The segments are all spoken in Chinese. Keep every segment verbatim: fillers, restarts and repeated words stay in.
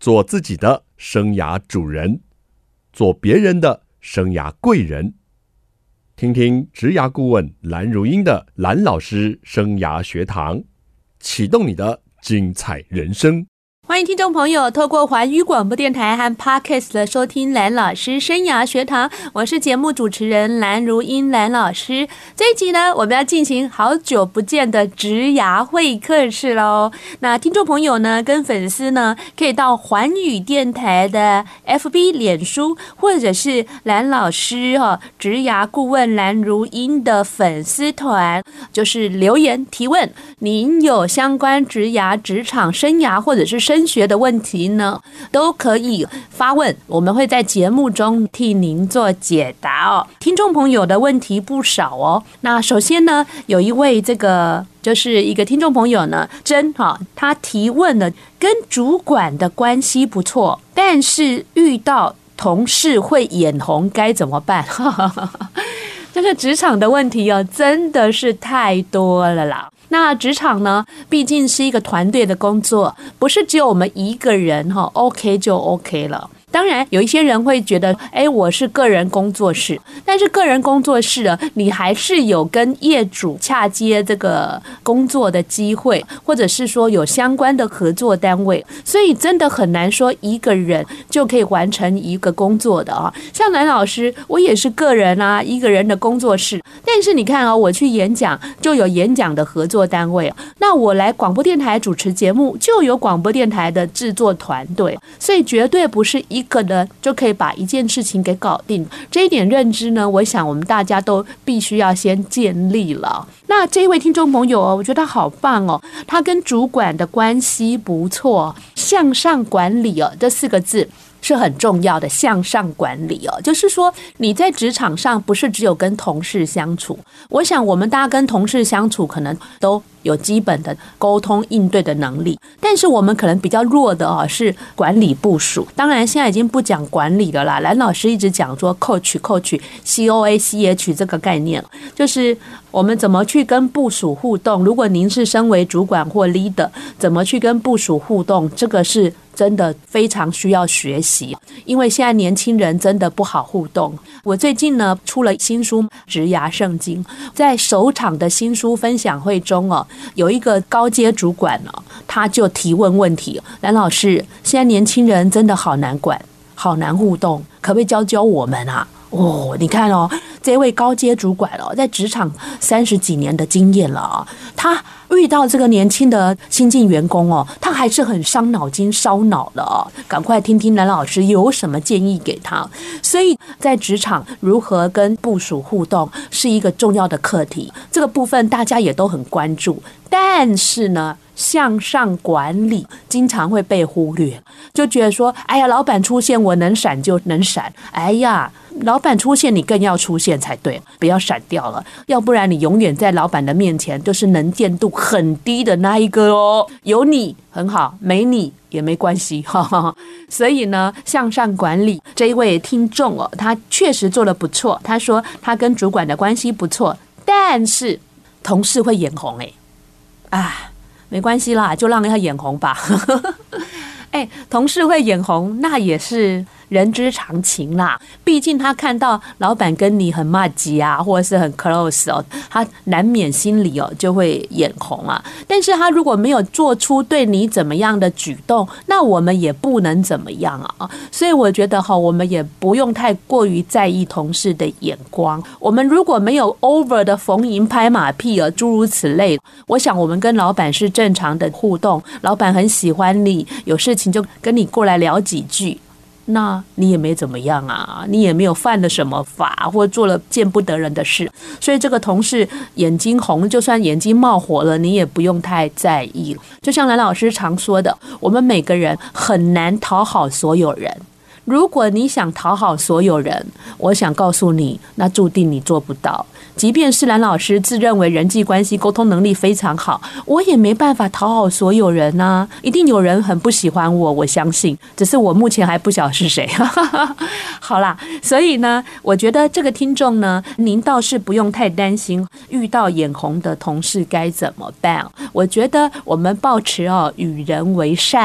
做自己的生涯主人，做别人的生涯贵人。听听职涯顾问蓝如英的蓝老师生涯学堂，启动你的精彩人生。 欢迎听众朋友透过环宇广播电台和 Podcast 的收听蓝老师生涯学堂，我是节目主持人蓝如英蓝老师。这一集呢，我们要进行好久不见的职涯会客室咯。那听众朋友呢跟粉丝呢可以到环宇电台的 F B 脸书，或者是蓝老师、哦、职涯顾问蓝如英的粉丝团，就是留言提问您有相关职涯职场生涯或者是生学的问题呢，都可以发问，我们会在节目中替您做解答哦。听众朋友的问题不少哦。那首先呢，有一位这个就是一个听众朋友呢，真哈，他提问了，跟主管的关系不错，但是遇到同事会眼红，该怎么办？这个职场的问题哦，真的是太多了啦。那职场呢，毕竟是一个团队的工作，不是只有我们一个人哈 ，OK 就 OK 了。当然，有一些人会觉得，哎，我是个人工作室，但是个人工作室啊，你还是有跟业主洽接这个工作的机会，或者是说有相关的合作单位，所以真的很难说一个人就可以完成一个工作的啊。像蓝老师，我也是个人啊，一个人的工作室，但是你看啊，我去演讲就有演讲的合作单位，那我来广播电台主持节目就有广播电台的制作团队，所以绝对不是一个人就可以把一件事情给搞定。这一点认知呢，我想我们大家都必须要先建立了。那这一位听众朋友哦，我觉得好棒哦，他跟主管的关系不错，向上管理哦，这四个字是很重要的。向上管理哦，就是说你在职场上不是只有跟同事相处，我想我们大家跟同事相处可能都有基本的沟通应对的能力，但是我们可能比较弱的哦是管理部署。当然现在已经不讲管理了啦，蓝老师一直讲说 coach coach C O A C H 这个概念，就是我们怎么去跟部属互动。如果您是身为主管或 leader， 怎么去跟部属互动，这个是真的非常需要学习，因为现在年轻人真的不好互动。我最近呢出了新书《职涯圣经》，在首场的新书分享会中哦，有一个高阶主管哦，他就提问问题：蓝老师，现在年轻人真的好难管，好难互动，可不可以教教我们啊？哦，你看哦，这位高阶主管哦，在职场三十几年的经验了啊、哦，他遇到这个年轻的新进员工哦，他还是很伤脑筋、烧脑的哦。赶快听听蓝老师有什么建议给他。所以在职场如何跟部属互动是一个重要的课题，这个部分大家也都很关注。但是呢，向上管理经常会被忽略，就觉得说，哎呀，老板出现我能闪就能闪，哎呀，老板出现你更要出现才对，不要闪掉了，要不然你永远在老板的面前都是能见度很低的那一个哦。有你很好，没你也没关系，哈哈。所以呢，向上管理这一位听众哦，他确实做得不错。他说他跟主管的关系不错，但是同事会眼红哎。啊，没关系啦，就让他眼红吧。哎，同事会眼红，那也是人之常情啦。毕竟他看到老板跟你很麻吉啊，或者是很 close 哦，他难免心里哦就会眼红啊。但是他如果没有做出对你怎么样的举动，那我们也不能怎么样啊。所以我觉得哈，我们也不用太过于在意同事的眼光。我们如果没有 over 的逢迎拍马屁啊，诸如此类，我想我们跟老板是正常的互动，老板很喜欢你，有事情就跟你过来聊几句。那你也没怎么样啊，你也没有犯了什么法或做了见不得人的事，所以这个同事眼睛红，就算眼睛冒火了，你也不用太在意。就像蓝老师常说的，我们每个人很难讨好所有人。如果你想讨好所有人，我想告诉你，那注定你做不到。即便是蓝老师自认为人际关系沟通能力非常好，我也没办法讨好所有人啊，一定有人很不喜欢我，我相信，只是我目前还不晓得是谁。好啦，所以呢，我觉得这个听众呢，您倒是不用太担心遇到眼红的同事该怎么办。我觉得我们抱持哦与人为善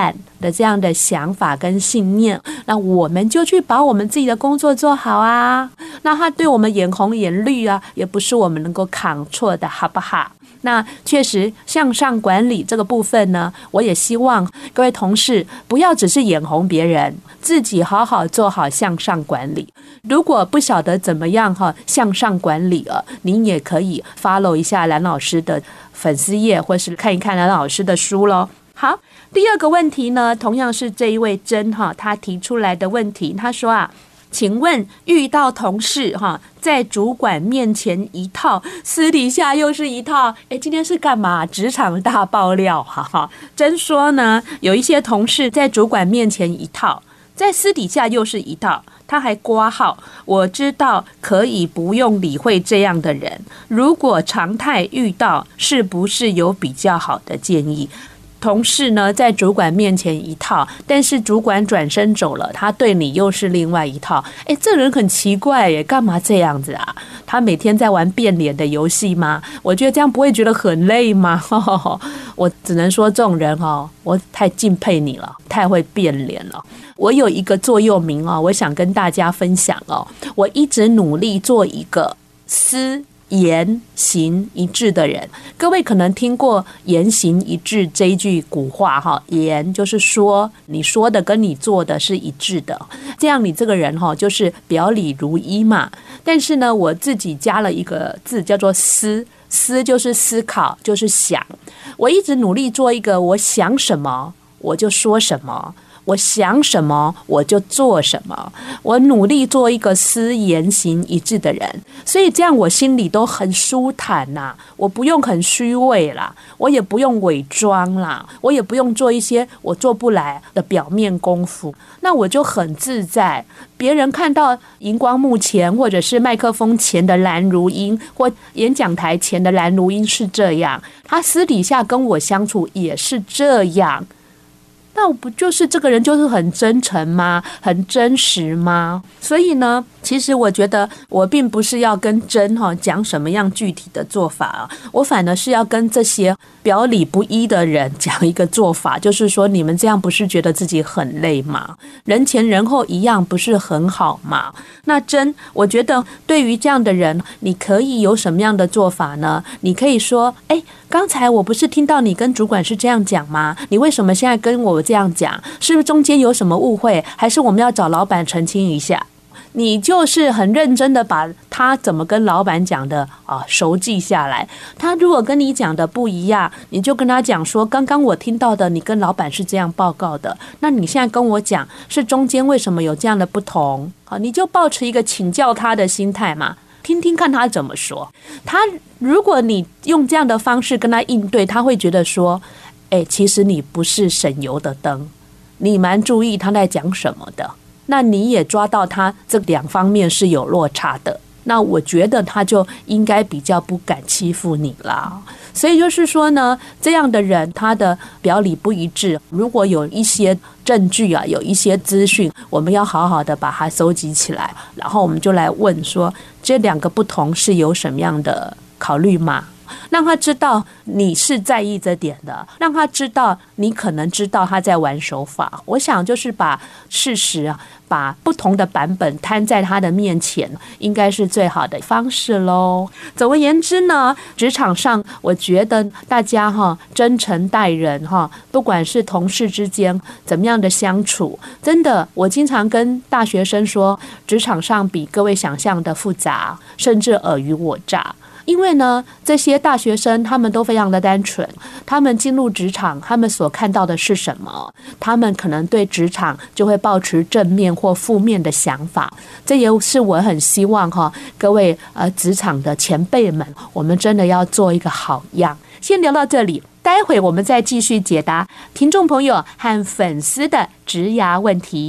的这样的想法跟信念，那我们就去把我们自己的工作做好啊。那他对我们眼红眼绿啊，也不是我们能够扛错的，好不好？那确实向上管理这个部分呢，我也希望各位同事不要只是眼红别人，自己好好做好向上管理。如果不晓得怎么样哈向上管理了，您也可以 follow 一下蓝老师的粉丝页，或是看一看蓝老师的书咯。好，第二个问题呢，同样是这一位珍哈他提出来的问题，他说啊，请问遇到同事哈，在主管面前一套，私底下又是一套，哎，今天是干嘛？职场大爆料，哈哈。真说呢，有一些同事在主管面前一套，在私底下又是一套，他还括号，我知道可以不用理会这样的人，如果常态遇到，是不是有比较好的建议？同事呢，在主管面前一套，但是主管转身走了，他对你又是另外一套。哎，这人很奇怪耶，干嘛这样子啊？他每天在玩变脸的游戏吗？我觉得这样不会觉得很累吗？我只能说这种人哦，我太敬佩你了，太会变脸了。我有一个座右铭哦，我想跟大家分享哦，我一直努力做一个思言行一致的人。各位可能听过言行一致这一句古话哈，言就是说你说的跟你做的是一致的，这样你这个人哈就是表里如一嘛。但是呢，我自己加了一个字叫做思，思就是思考，就是想。我一直努力做一个我想什么我就说什么，我想什么我就做什么，我努力做一个思言行一致的人，所以这样我心里都很舒坦啦，我不用很虚伪啦，我也不用伪装啦，我也不用做一些我做不来的表面功夫，那我就很自在。别人看到荧光幕前或者是麦克风前的蓝如英，或演讲台前的蓝如英是这样，他私底下跟我相处也是这样，那我不就是这个人就是很真诚吗？很真实吗？所以呢，其实我觉得我并不是要跟真哈讲什么样具体的做法啊，我反而是要跟这些表里不一的人讲一个做法，就是说你们这样不是觉得自己很累吗？人前人后一样不是很好吗？那真我觉得对于这样的人，你可以有什么样的做法呢？你可以说，哎，刚才我不是听到你跟主管是这样讲吗？你为什么现在跟我这样讲？是不是中间有什么误会？还是我们要找老板澄清一下？你就是很认真的把他怎么跟老板讲的啊熟记下来。他如果跟你讲的不一样，你就跟他讲说，刚刚我听到的你跟老板是这样报告的，那你现在跟我讲是中间为什么有这样的不同？好，你就抱持一个请教他的心态嘛，听听看他怎么说。他如果你用这样的方式跟他应对，他会觉得说，哎，其实你不是省油的灯，你蛮注意他在讲什么的，那你也抓到他这两方面是有落差的，那我觉得他就应该比较不敢欺负你啦。所以就是说呢，这样的人他的表里不一致，如果有一些证据啊，有一些资讯，我们要好好的把它收集起来，然后我们就来问说，这两个不同是有什么样的考虑吗？让他知道你是在意这点的，让他知道你可能知道他在玩手法。我想就是把事实啊，把不同的版本摊在他的面前，应该是最好的方式咯。总而言之呢，职场上我觉得大家哈真诚待人哈，不管是同事之间怎么样的相处，真的我经常跟大学生说，职场上比各位想象的复杂，甚至尔虞我诈。因为呢，这些大学生他们都非常的单纯，他们进入职场，他们所看到的是什么？他们可能对职场就会抱持正面或负面的想法。这也是我很希望哈，各位呃职场的前辈们，我们真的要做一个好样。先聊到这里，待会我们再继续解答听众朋友和粉丝的职涯问题。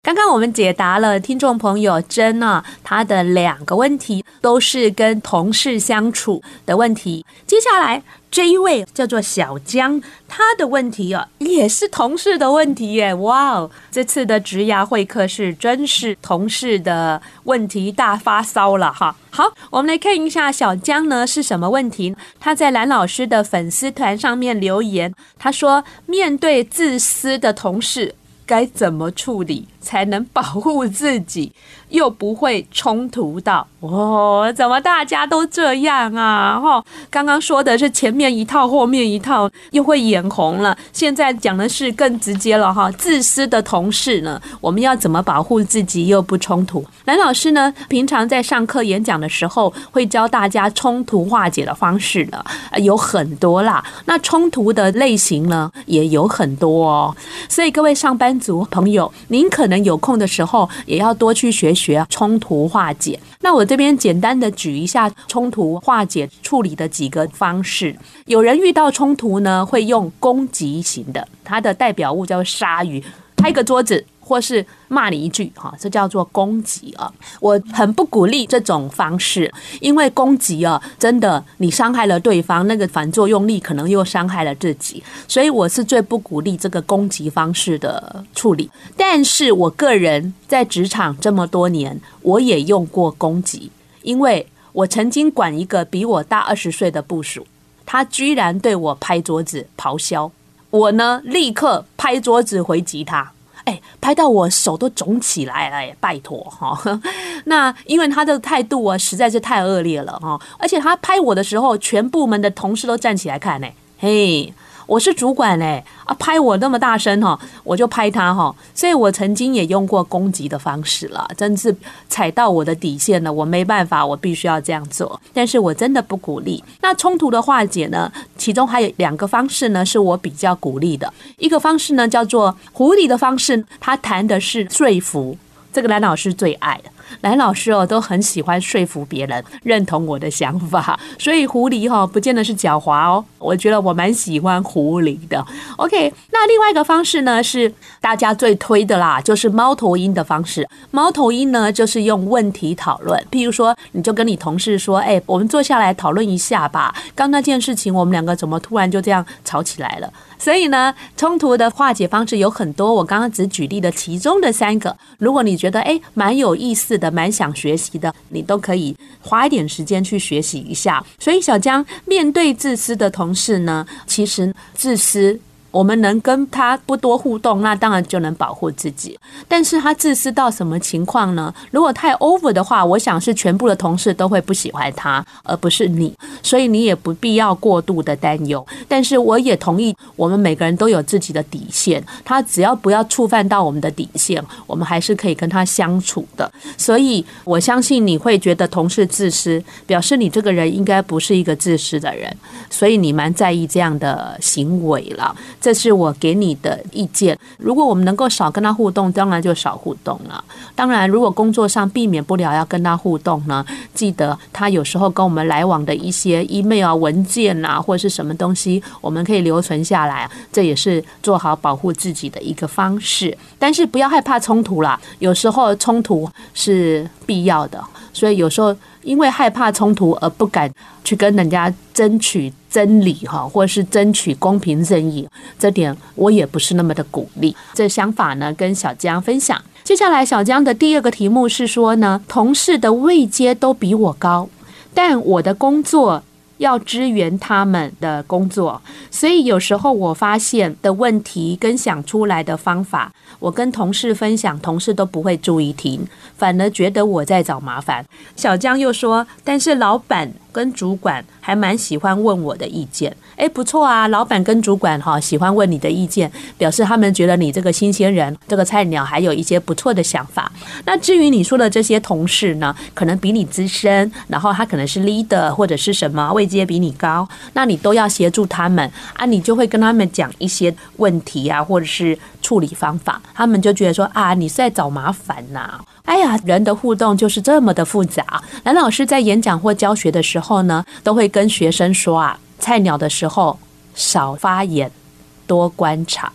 刚刚我们解答了听众朋友珍啊，他的两个问题都是跟同事相处的问题。接下来这一位叫做小江，他的问题啊也是同事的问题耶！哇哦，这次的职涯会客室真是同事的问题大发烧了哈。好，我们来看一下小江呢是什么问题。他在蓝老师的粉丝团上面留言，他说面对自私的同事该怎么处理才能保护自己又不会冲突到？哦，怎么大家都这样啊？哦，刚刚说的是前面一套后面一套，又会眼红了。现在讲的是更直接了哈，自私的同事呢，我们要怎么保护自己又不冲突？蓝老师呢，平常在上课演讲的时候会教大家冲突化解的方式呢，有很多啦。那冲突的类型呢，也有很多哦。所以各位上班族朋友，您可能有空的时候也要多去学学冲突化解。那我这边简单的举一下冲突化解处理的几个方式。有人遇到冲突呢，会用攻击型的，它的代表物叫鲨鱼，拍个桌子或是骂你一句，这叫做攻击啊。我很不鼓励这种方式，因为攻击啊，真的你伤害了对方，那个反作用力可能又伤害了自己，所以我是最不鼓励这个攻击方式的处理。但是我个人在职场这么多年，我也用过攻击，因为我曾经管一个比我大二十岁的部属，他居然对我拍桌子咆哮，我呢立刻拍桌子回击他。哎，拍到我手都肿起来了耶，拜托哈。那因为他的态度啊实在是太恶劣了哈，而且他拍我的时候，全部门的同事都站起来看呢。嘿，我是主管哎，啊拍我那么大声哈，我就拍他哈。所以我曾经也用过攻击的方式了，真是踩到我的底线了，我没办法，我必须要这样做。但是我真的不鼓励。那冲突的化解呢，其中还有两个方式呢，是我比较鼓励的。一个方式呢叫做狐狸的方式，他谈的是说服，这个蓝老师最爱的。蓝老师哦，都很喜欢说服别人认同我的想法，所以狐狸哈、哦、不见得是狡猾哦，我觉得我蛮喜欢狐狸的。OK， 那另外一个方式呢是大家最推的啦，就是猫头鹰的方式。猫头鹰呢就是用问题讨论，譬如说你就跟你同事说，哎，我们坐下来讨论一下吧，刚那件事情我们两个怎么突然就这样吵起来了。所以呢，冲突的化解方式有很多，我刚刚只举例了其中的三个。如果你觉得哎蛮有意思的，蛮想学习的，你都可以花一点时间去学习一下。所以小江面对自私的同事呢，其实自私我们能跟他不多互动，那当然就能保护自己。但是他自私到什么情况呢？如果太 over 的话，我想是全部的同事都会不喜欢他，而不是你。所以你也不必要过度的担忧。但是我也同意，我们每个人都有自己的底线，他只要不要触犯到我们的底线，我们还是可以跟他相处的。所以我相信你会觉得同事自私，表示你这个人应该不是一个自私的人，所以你蛮在意这样的行为了。这是我给你的意见。如果我们能够少跟他互动，当然就少互动了。当然，如果工作上避免不了要跟他互动呢，记得他有时候跟我们来往的一些 email 啊、文件啊，或者是什么东西，我们可以留存下来，这也是做好保护自己的一个方式。但是不要害怕冲突啦，有时候冲突是必要的，所以有时候因为害怕冲突而不敢去跟人家争取真理哈，或是争取公平正义，这点我也不是那么的鼓励。这想法呢，跟小江分享。接下来小江的第二个题目是说呢，同事的位阶都比我高，但我的工作要支援他们的工作，所以有时候我发现的问题跟想出来的方法，我跟同事分享，同事都不会注意听，反而觉得我在找麻烦。小江又说，但是老板跟主管还蛮喜欢问我的意见。哎，不错啊，老板跟主管哈喜欢问你的意见，表示他们觉得你这个新鲜人，这个菜鸟还有一些不错的想法。那至于你说的这些同事呢，可能比你资深，然后他可能是 leader 或者是什么位阶比你高，那你都要协助他们啊，你就会跟他们讲一些问题啊，或者是处理方法，他们就觉得说啊，你是在找麻烦呐、啊。哎呀，人的互动就是这么的复杂。蓝老师在演讲或教学的时候呢，都会跟学生说啊，菜鸟的时候少发言，多观察。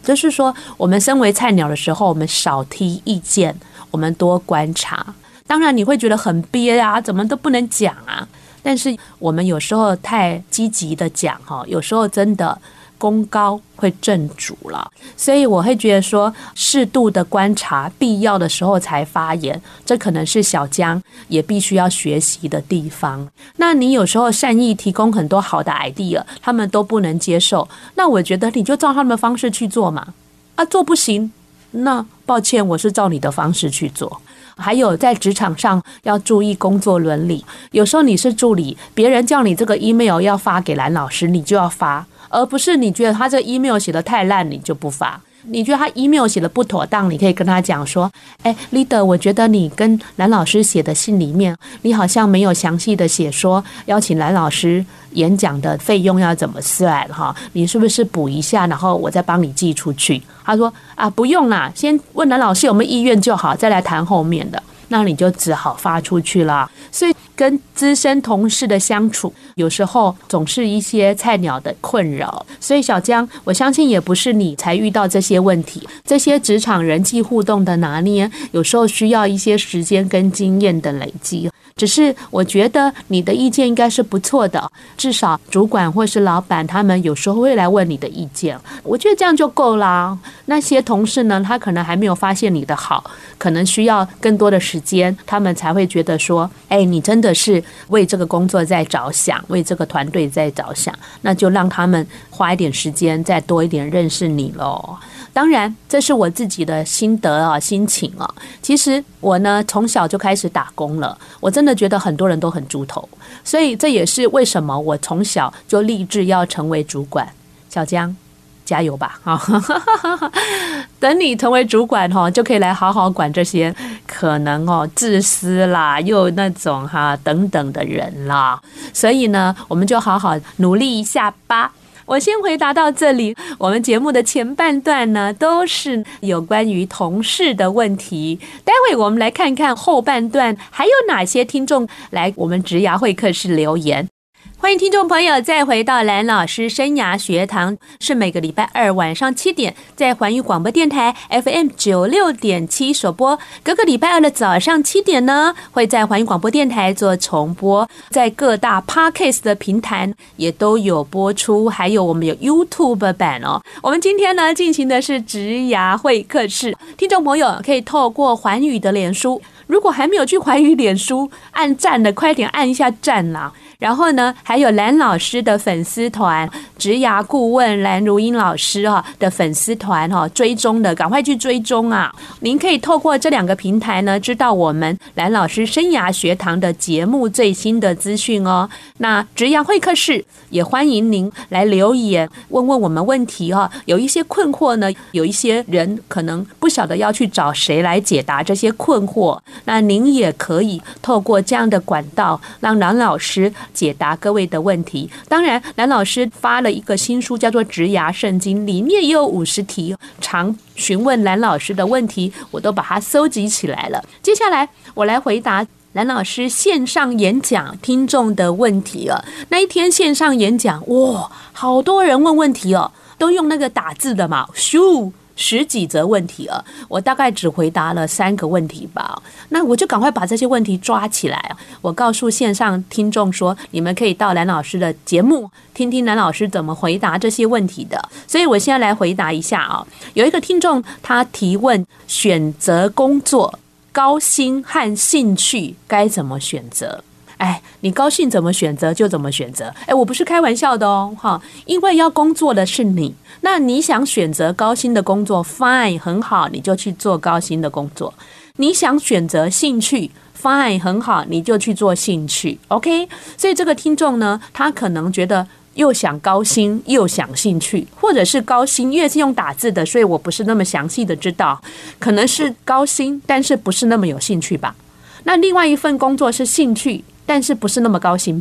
就是说我们身为菜鸟的时候，我们少提意见，我们多观察。当然你会觉得很憋啊，怎么都不能讲啊，但是我们有时候太积极的讲，有时候真的功高会震主了，所以我会觉得说适度的观察，必要的时候才发言，这可能是小江也必须要学习的地方。那你有时候善意提供很多好的 idea， 他们都不能接受，那我觉得你就照他们的方式去做嘛，啊做不行，那抱歉，我是照你的方式去做。还有在职场上要注意工作伦理，有时候你是助理，别人叫你这个 email 要发给蓝老师，你就要发，而不是你觉得他这个 email 写得太烂你就不发。你觉得他 email 写得不妥当，你可以跟他讲说，哎 leader 我觉得你跟蓝老师写的信里面，你好像没有详细的写说邀请蓝老师演讲的费用要怎么算哈，你是不是补一下，然后我再帮你寄出去。他说啊不用啦，先问蓝老师有没有意愿就好，再来谈后面的。那你就只好发出去了。所以跟资深同事的相处，有时候总是一些菜鸟的困扰。所以小江，我相信也不是你才遇到这些问题，这些职场人际互动的拿捏，有时候需要一些时间跟经验的累积。只是我觉得你的意见应该是不错的，至少主管或是老板他们有时候会来问你的意见，我觉得这样就够啦。那些同事呢，他可能还没有发现你的好，可能需要更多的时间，他们才会觉得说，哎，你真的是为这个工作在着想，为这个团队在着想，那就让他们花一点时间再多一点认识你咯。当然这是我自己的心得啊，心情啊。其实我呢从小就开始打工了，我真的觉得很多人都很猪头，所以这也是为什么我从小就立志要成为主管。小江加油吧等你成为主管就可以来好好管这些可能自私啦又那种哈等等的人啦。所以呢我们就好好努力一下吧。我先回答到这里，我们节目的前半段呢都是有关于同事的问题，待会我们来看看后半段还有哪些听众来我们职涯会客室留言。欢迎听众朋友再回到蓝老师生涯学堂，是每个礼拜二晚上七点在环宇广播电台 F M 九十六点七 首播，各个礼拜二的早上七点呢会在环宇广播电台做重播，在各大 Podcast 的平台也都有播出，还有我们有 YouTube 版哦。我们今天呢进行的是职涯会客室，听众朋友可以透过环宇的脸书，如果还没有去环宇脸书按赞的，快点按一下赞啦。然后呢还有蓝老师的粉丝团，职涯顾问蓝如英老师的粉丝团追踪的赶快去追踪啊。您可以透过这两个平台呢知道我们蓝老师生涯学堂的节目最新的资讯哦。那职涯会客室也欢迎您来留言问问我们问题哦。有一些困惑呢，有一些人可能不晓得要去找谁来解答这些困惑，那您也可以透过这样的管道让蓝老师解答各位的问题。当然蓝老师发了一个新书叫做职涯圣经，里面也有五十题常询问蓝老师的问题，我都把它搜集起来了。接下来我来回答蓝老师线上演讲听众的问题了。那一天线上演讲，哇，好多人问问题哦，都用那个打字的嘛，咻十几则问题了，我大概只回答了三个问题吧。那我就赶快把这些问题抓起来，我告诉线上听众说，你们可以到蓝老师的节目听听蓝老师怎么回答这些问题的。所以我现在来回答一下啊。有一个听众他提问，选择工作高薪和兴趣该怎么选择？哎，你高兴怎么选择就怎么选择。哎，我不是开玩笑的哦，哈，因为要工作的是你，那你想选择高薪的工作 ，fine， 很好，你就去做高薪的工作。你想选择兴趣 ，fine， 很好，你就去做兴趣 ，OK。所以这个听众呢，他可能觉得又想高薪又想兴趣，或者是高薪，因为是用打字的，所以我不是那么详细的知道，可能是高薪，但是不是那么有兴趣吧。那另外一份工作是兴趣，但是不是那么高薪吧。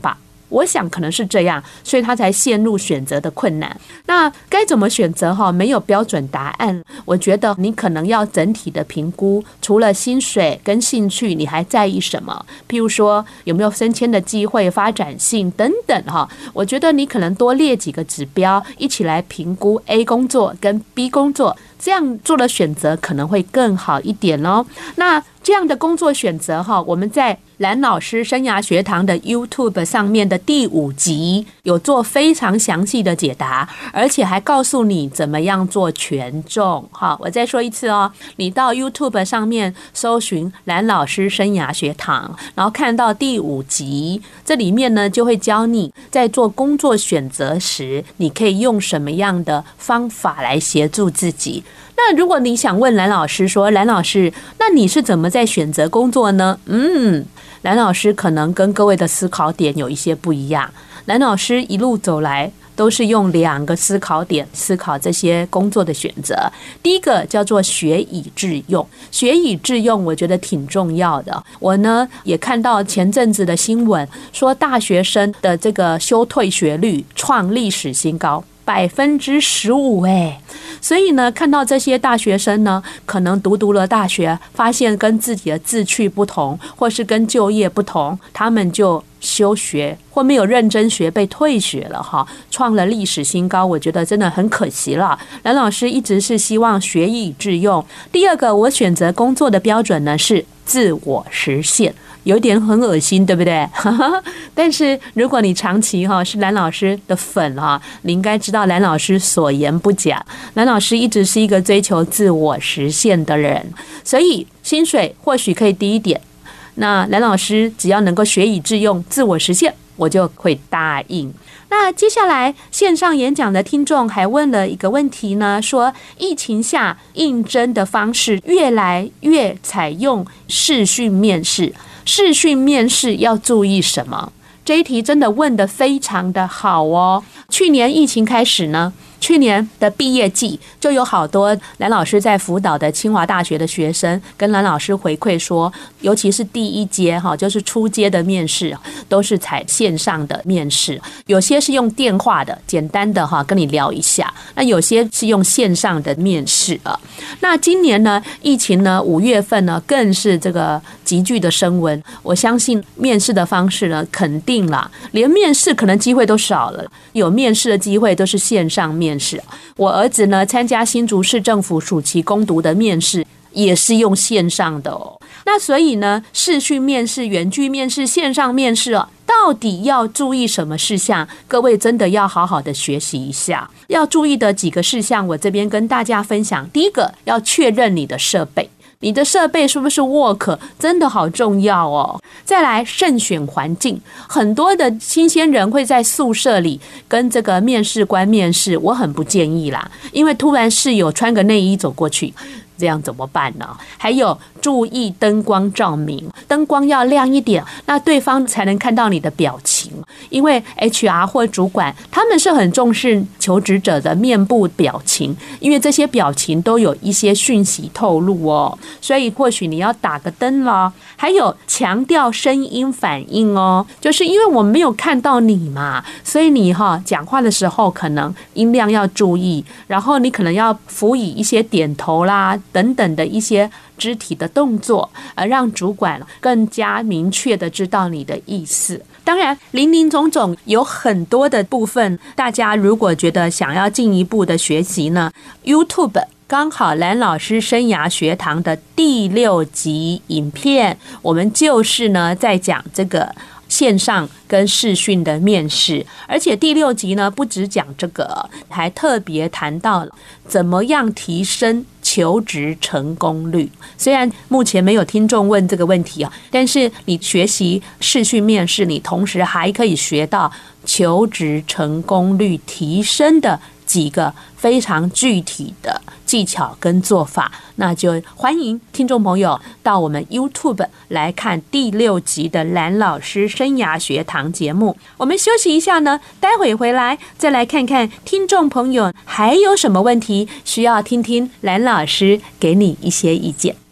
我想可能是这样，所以他才陷入选择的困难。那该怎么选择哈？没有标准答案。我觉得你可能要整体的评估，除了薪水跟兴趣，你还在意什么？譬如说有没有升迁的机会、发展性等等哈。我觉得你可能多列几个指标，一起来评估 A 工作跟 B 工作，这样做的选择可能会更好一点哦。那这样的工作选择哈，我们在蓝老师生涯学堂的 YouTube 上面的第五集有做非常详细的解答，而且还告诉你怎么样做权重。好，我再说一次哦，你到 YouTube 上面搜寻蓝老师生涯学堂，然后看到第五集，这里面呢就会教你在做工作选择时，你可以用什么样的方法来协助自己。那如果你想问蓝老师说，蓝老师，那你是怎么在选择工作呢？嗯，蓝老师可能跟各位的思考点有一些不一样。蓝老师一路走来都是用两个思考点思考这些工作的选择。第一个叫做学以致用，学以致用我觉得挺重要的。我呢也看到前阵子的新闻说，大学生的这个休退学率创历史新高。百分之十五哎，所以呢，看到这些大学生呢，可能读读了大学，发现跟自己的志趣不同，或是跟就业不同，他们就休学或没有认真学，被退学了哈，创了历史新高。我觉得真的很可惜了。蓝老师一直是希望学以致用。第二个，我选择工作的标准呢是自我实现。有点很恶心，对不对？但是如果你长期哈是蓝老师的粉哈，你应该知道蓝老师所言不假。蓝老师一直是一个追求自我实现的人，所以薪水或许可以低一点。那蓝老师只要能够学以致用，自我实现，我就会答应。那接下来线上演讲的听众还问了一个问题呢，说疫情下应征的方式越来越采用视讯面试，视讯面试要注意什么？这一题真的问得非常的好哦。去年疫情开始呢，去年的毕业季就有好多蓝老师在辅导的清华大学的学生跟蓝老师回馈说，尤其是第一阶哈，就是初阶的面试都是采线上的面试，有些是用电话的简单的哈跟你聊一下，那有些是用线上的面试啊。那今年呢，疫情呢五月份呢更是这个急剧的升温，我相信面试的方式呢肯定啦，连面试可能机会都少了，有面试的机会都是线上面试。我儿子呢参加新竹市政府暑期攻读的面试也是用线上的哦。那所以呢，视讯面试、远距面试、线上面试哦，到底要注意什么事项？各位真的要好好的学习一下。要注意的几个事项，我这边跟大家分享。第一个，要确认你的设备。你的设备是不是 work 真的好重要哦。再来，慎选环境，很多的新鲜人会在宿舍里跟这个面试官面试，我很不建议啦，因为突然室友穿个内衣走过去，这样怎么办呢？还有注意灯光照明，灯光要亮一点，那对方才能看到你的表情。因为 H R 或主管他们是很重视求职者的面部表情，因为这些表情都有一些讯息透露哦，所以或许你要打个灯咯。还有强调声音反应哦，就是因为我没有看到你嘛，所以你哈讲话的时候可能音量要注意，然后你可能要辅以一些点头啦等等的一些肢体的动作，而让主管更加明确的知道你的意思。当然林林总总有很多的部分，大家如果觉得想要进一步的学习呢， YouTube 刚好蓝老师生涯学堂的第六集影片，我们就是呢在讲这个线上跟视讯的面试，而且第六集呢不只讲这个，还特别谈到怎么样提升求职成功率。虽然目前没有听众问这个问题啊，但是你学习视讯面试，你同时还可以学到求职成功率提升的几个非常具体的技巧跟做法。那就欢迎听众朋友到我们 YouTube 来看第六集的蓝老师生涯学堂节目。我们休息一下呢，待会回来再来看看听众朋友还有什么问题需要听听蓝老师给你一些意见。欢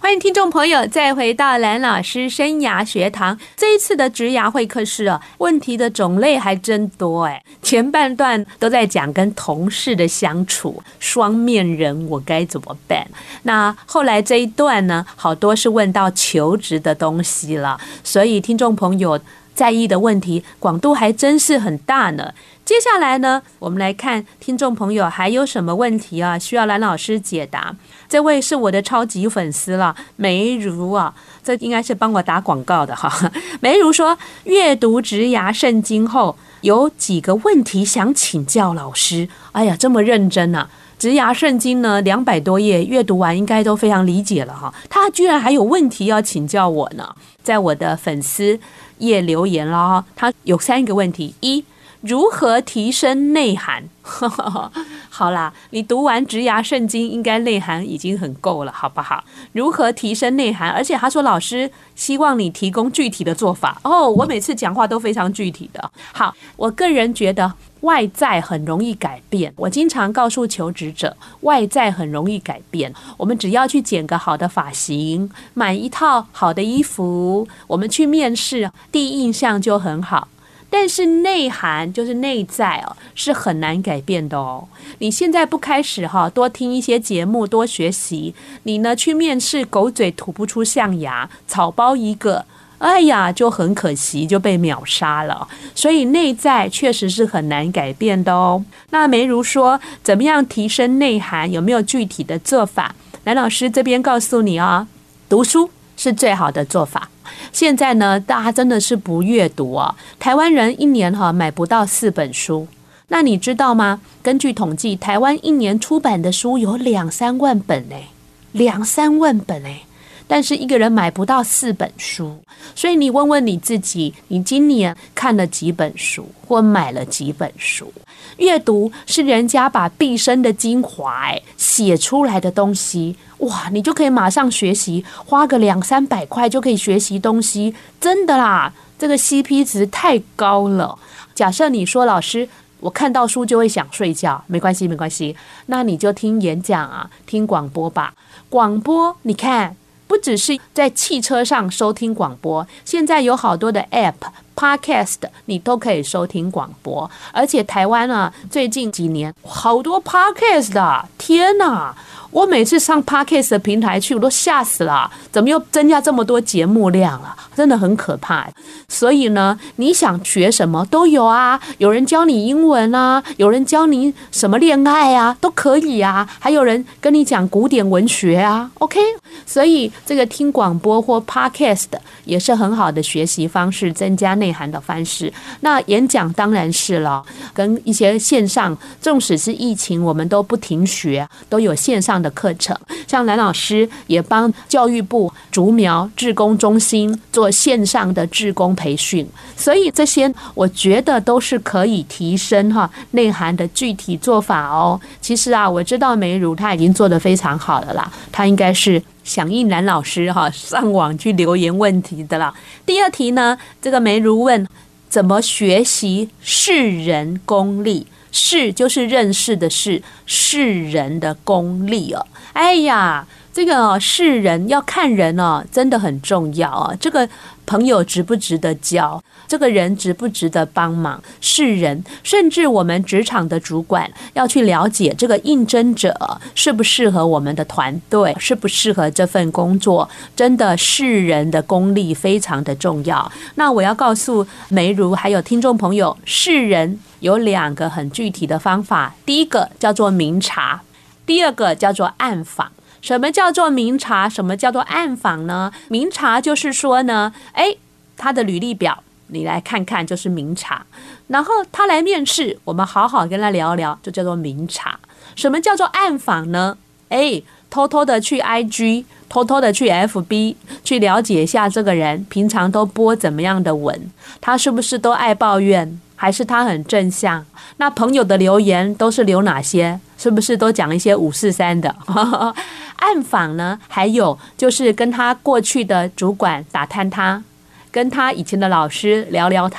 欢迎听众朋友再回到蓝老师生涯学堂。这一次的职涯会客室啊，问题的种类还真多哎。前半段都在讲跟同事的相处，双面人我该怎么办？那后来这一段呢，好多是问到求职的东西了，所以听众朋友在意的问题广度还真是很大呢。接下来呢，我们来看听众朋友还有什么问题啊，需要蓝老师解答。这位是我的超级粉丝了，梅如啊，这应该是帮我打广告的哈。梅如说，阅读职涯圣经后，有几个问题想请教老师。哎呀，这么认真啊！职涯圣经呢，两百多页，阅读完应该都非常理解了哈。他居然还有问题要请教我呢，在我的粉丝页留言了，他有三个问题：一，如何提升内涵？好啦，你读完职涯圣经，应该内涵已经很够了，好不好？如何提升内涵？而且他说，老师希望你提供具体的做法哦。我每次讲话都非常具体的。好，我个人觉得外在很容易改变。我经常告诉求职者，外在很容易改变。我们只要去剪个好的发型，买一套好的衣服，我们去面试，第一印象就很好。但是内涵就是内在哦，是很难改变的哦。你现在不开始哈，多听一些节目，多学习，你呢去面试，狗嘴吐不出象牙，草包一个，哎呀，就很可惜，就被秒杀了。所以内在确实是很难改变的哦。那梅如说，怎么样提升内涵？有没有具体的做法？蓝老师这边告诉你啊、哦，读书是最好的做法。现在呢，大家真的是不阅读啊、哦！台湾人一年哈、哦、买不到四本书。那你知道吗？根据统计，台湾一年出版的书有两三万本嘞，两三万本嘞。但是一个人买不到四本书，所以你问问你自己，你今年看了几本书，或买了几本书？阅读是人家把毕生的精华写出来的东西，哇，你就可以马上学习，花个两三百块就可以学习东西，真的啦，这个 C P 值太高了。假设你说老师，我看到书就会想睡觉，没关系没关系，那你就听演讲啊，听广播吧。广播你看，不只是在汽车上收听广播，现在有好多的 App、Podcast， 你都可以收听广播。而且台湾啊，最近几年好多 Podcast 的，天哪！我每次上 Podcast 的平台去，我都吓死了，怎么又增加这么多节目量了？真的很可怕。所以呢，你想学什么都有啊，有人教你英文啊，有人教你什么恋爱啊，都可以啊，还有人跟你讲古典文学啊 ，OK？ 所以这个听广播或 Podcast 也是很好的学习方式，增加内涵的方式。那演讲当然是了，跟一些线上，纵使是疫情，我们都不停学，都有线上的课程。像蓝老师也帮教育部竹苗志工中心做线上的志工培训，所以这些我觉得都是可以提升哈内涵的具体做法哦。其实啊，我知道梅如她已经做得非常好了啦，她应该是响应蓝老师哈上网去留言问题的啦。第二题呢，这个梅如问怎么学习识人功力？识就是认识的识，识人的功力哦。哎呀，这个哦，识人要看人哦，真的很重要哦。这个朋友值不值得交？这个人值不值得帮忙？识人，甚至我们职场的主管要去了解这个应征者适不适合我们的团队，适不适合这份工作。真的识人的功力非常的重要。那我要告诉梅如还有听众朋友，识人有两个很具体的方法，第一个叫做明察，第二个叫做暗访。什么叫做明察？什么叫做暗访呢？明察就是说呢，哎，他的履历表你来看看就是明察，然后他来面试，我们好好跟他聊聊，就叫做明察。什么叫做暗访呢？哎，偷偷的去 I G， 偷偷的去 F B 去了解一下这个人平常都播怎么样的文，他是不是都爱抱怨，还是他很正向？那朋友的留言都是留哪些？是不是都讲一些五四三的？暗访呢，还有就是跟他过去的主管打探他，跟他以前的老师聊聊他。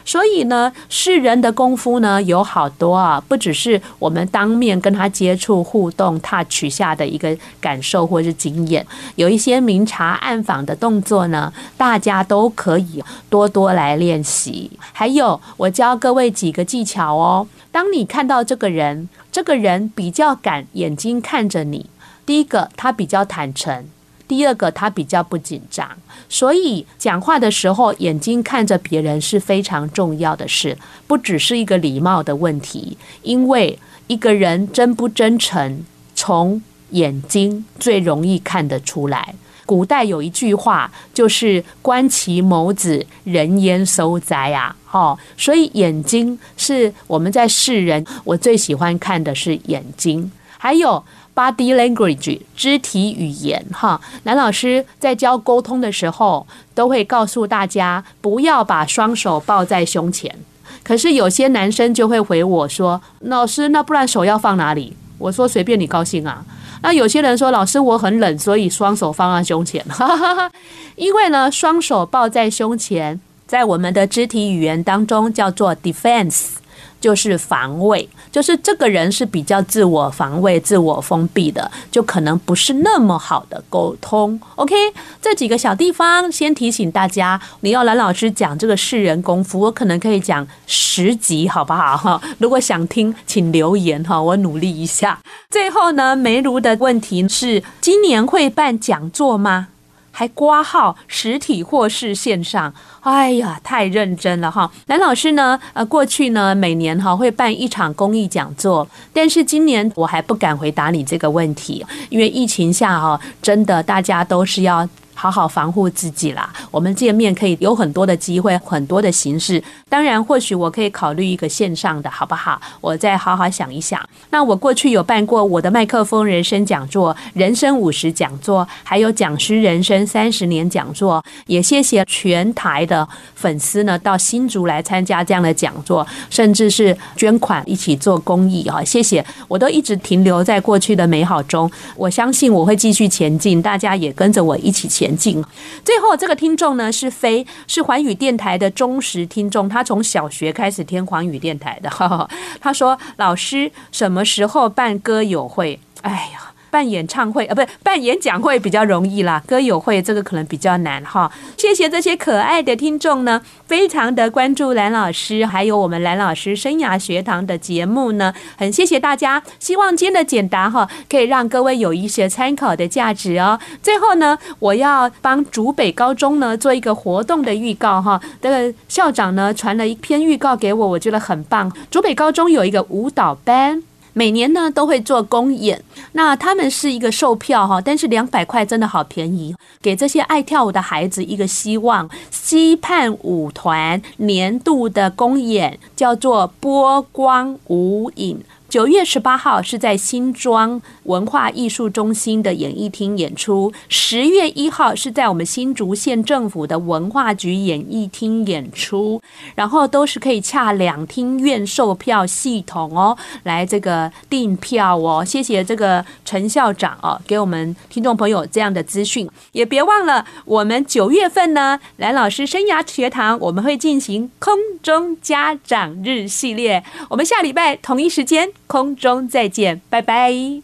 所以呢，识人的功夫呢有好多啊，不只是我们当面跟他接触、互动、touch下的一个感受或是经验，有一些明察暗访的动作呢，大家都可以多多来练习。还有，我教各位几个技巧哦。当你看到这个人，这个人比较敢眼睛看着你，第一个，他比较坦诚。第二个，他比较不紧张，所以讲话的时候眼睛看着别人是非常重要的事，不只是一个礼貌的问题。因为一个人真不真诚，从眼睛最容易看得出来。古代有一句话，就是观其眸子，人焉收哉啊！哦，所以眼睛是我们在识人，我最喜欢看的是眼睛，还有body language 肢体语言哈。蓝老师在教沟通的时候，都会告诉大家不要把双手抱在胸前。可是有些男生就会回我说：“老师，那不然手要放哪里？”我说：“随便你高兴啊。”那有些人说：“老师，我很冷，所以双手放在胸前。”因为呢，双手抱在胸前，在我们的肢体语言当中叫做 defense。就是防卫，就是这个人是比较自我防卫、自我封闭的，就可能不是那么好的沟通。OK， 这几个小地方先提醒大家，你要蓝老师讲这个识人功夫，我可能可以讲十集，好不好？如果想听，请留言哈，我努力一下。最后呢，梅如的问题是：今年会办讲座吗？还挂号实体或是线上，哎呀，太认真了哈！蓝老师呢，呃，过去呢每年哈会办一场公益讲座，但是今年我还不敢回答你这个问题，因为疫情下哈，真的大家都是要好好防护自己啦。我们见面可以有很多的机会，很多的形式。当然，或许我可以考虑一个线上的，好不好？我再好好想一想。那我过去有办过我的麦克风人生讲座、人生五十讲座，还有讲师人生三十年讲座。也谢谢全台的粉丝呢，到新竹来参加这样的讲座，甚至是捐款一起做公益哈。谢谢，我都一直停留在过去的美好中。我相信我会继续前进，大家也跟着我一起前进。最后这个听众呢是飞，是环宇电台的忠实听众，他从小学开始听环宇电台的。呵呵，他说：“老师，什么时候办歌友会？”哎呀，办演唱会啊，不是办演讲会比较容易啦，歌友会这个可能比较难哈。谢谢这些可爱的听众呢，非常的关注蓝老师，还有我们蓝老师生涯学堂的节目呢，很谢谢大家。希望今天的简答哈，可以让各位有一些参考的价值哦。最后呢，我要帮竹北高中呢做一个活动的预告哈。这个校长呢传了一篇预告给我，我觉得很棒。竹北高中有一个舞蹈班。每年呢都会做公演，那他们是一个售票哈，但是两百块真的好便宜，给这些爱跳舞的孩子一个希望。溪畔舞团年度的公演叫做波光舞影。九月十八号是在新庄文化艺术中心的演艺厅演出，十月一号是在我们新竹县政府的文化局演艺厅演出，然后都是可以洽两厅院售票系统哦，来这个订票哦。谢谢这个陈校长哦，给我们听众朋友这样的资讯。也别忘了，我们九月份呢，蓝老师生涯学堂我们会进行空中家长日系列，我们下礼拜同一时间空中再见，拜拜。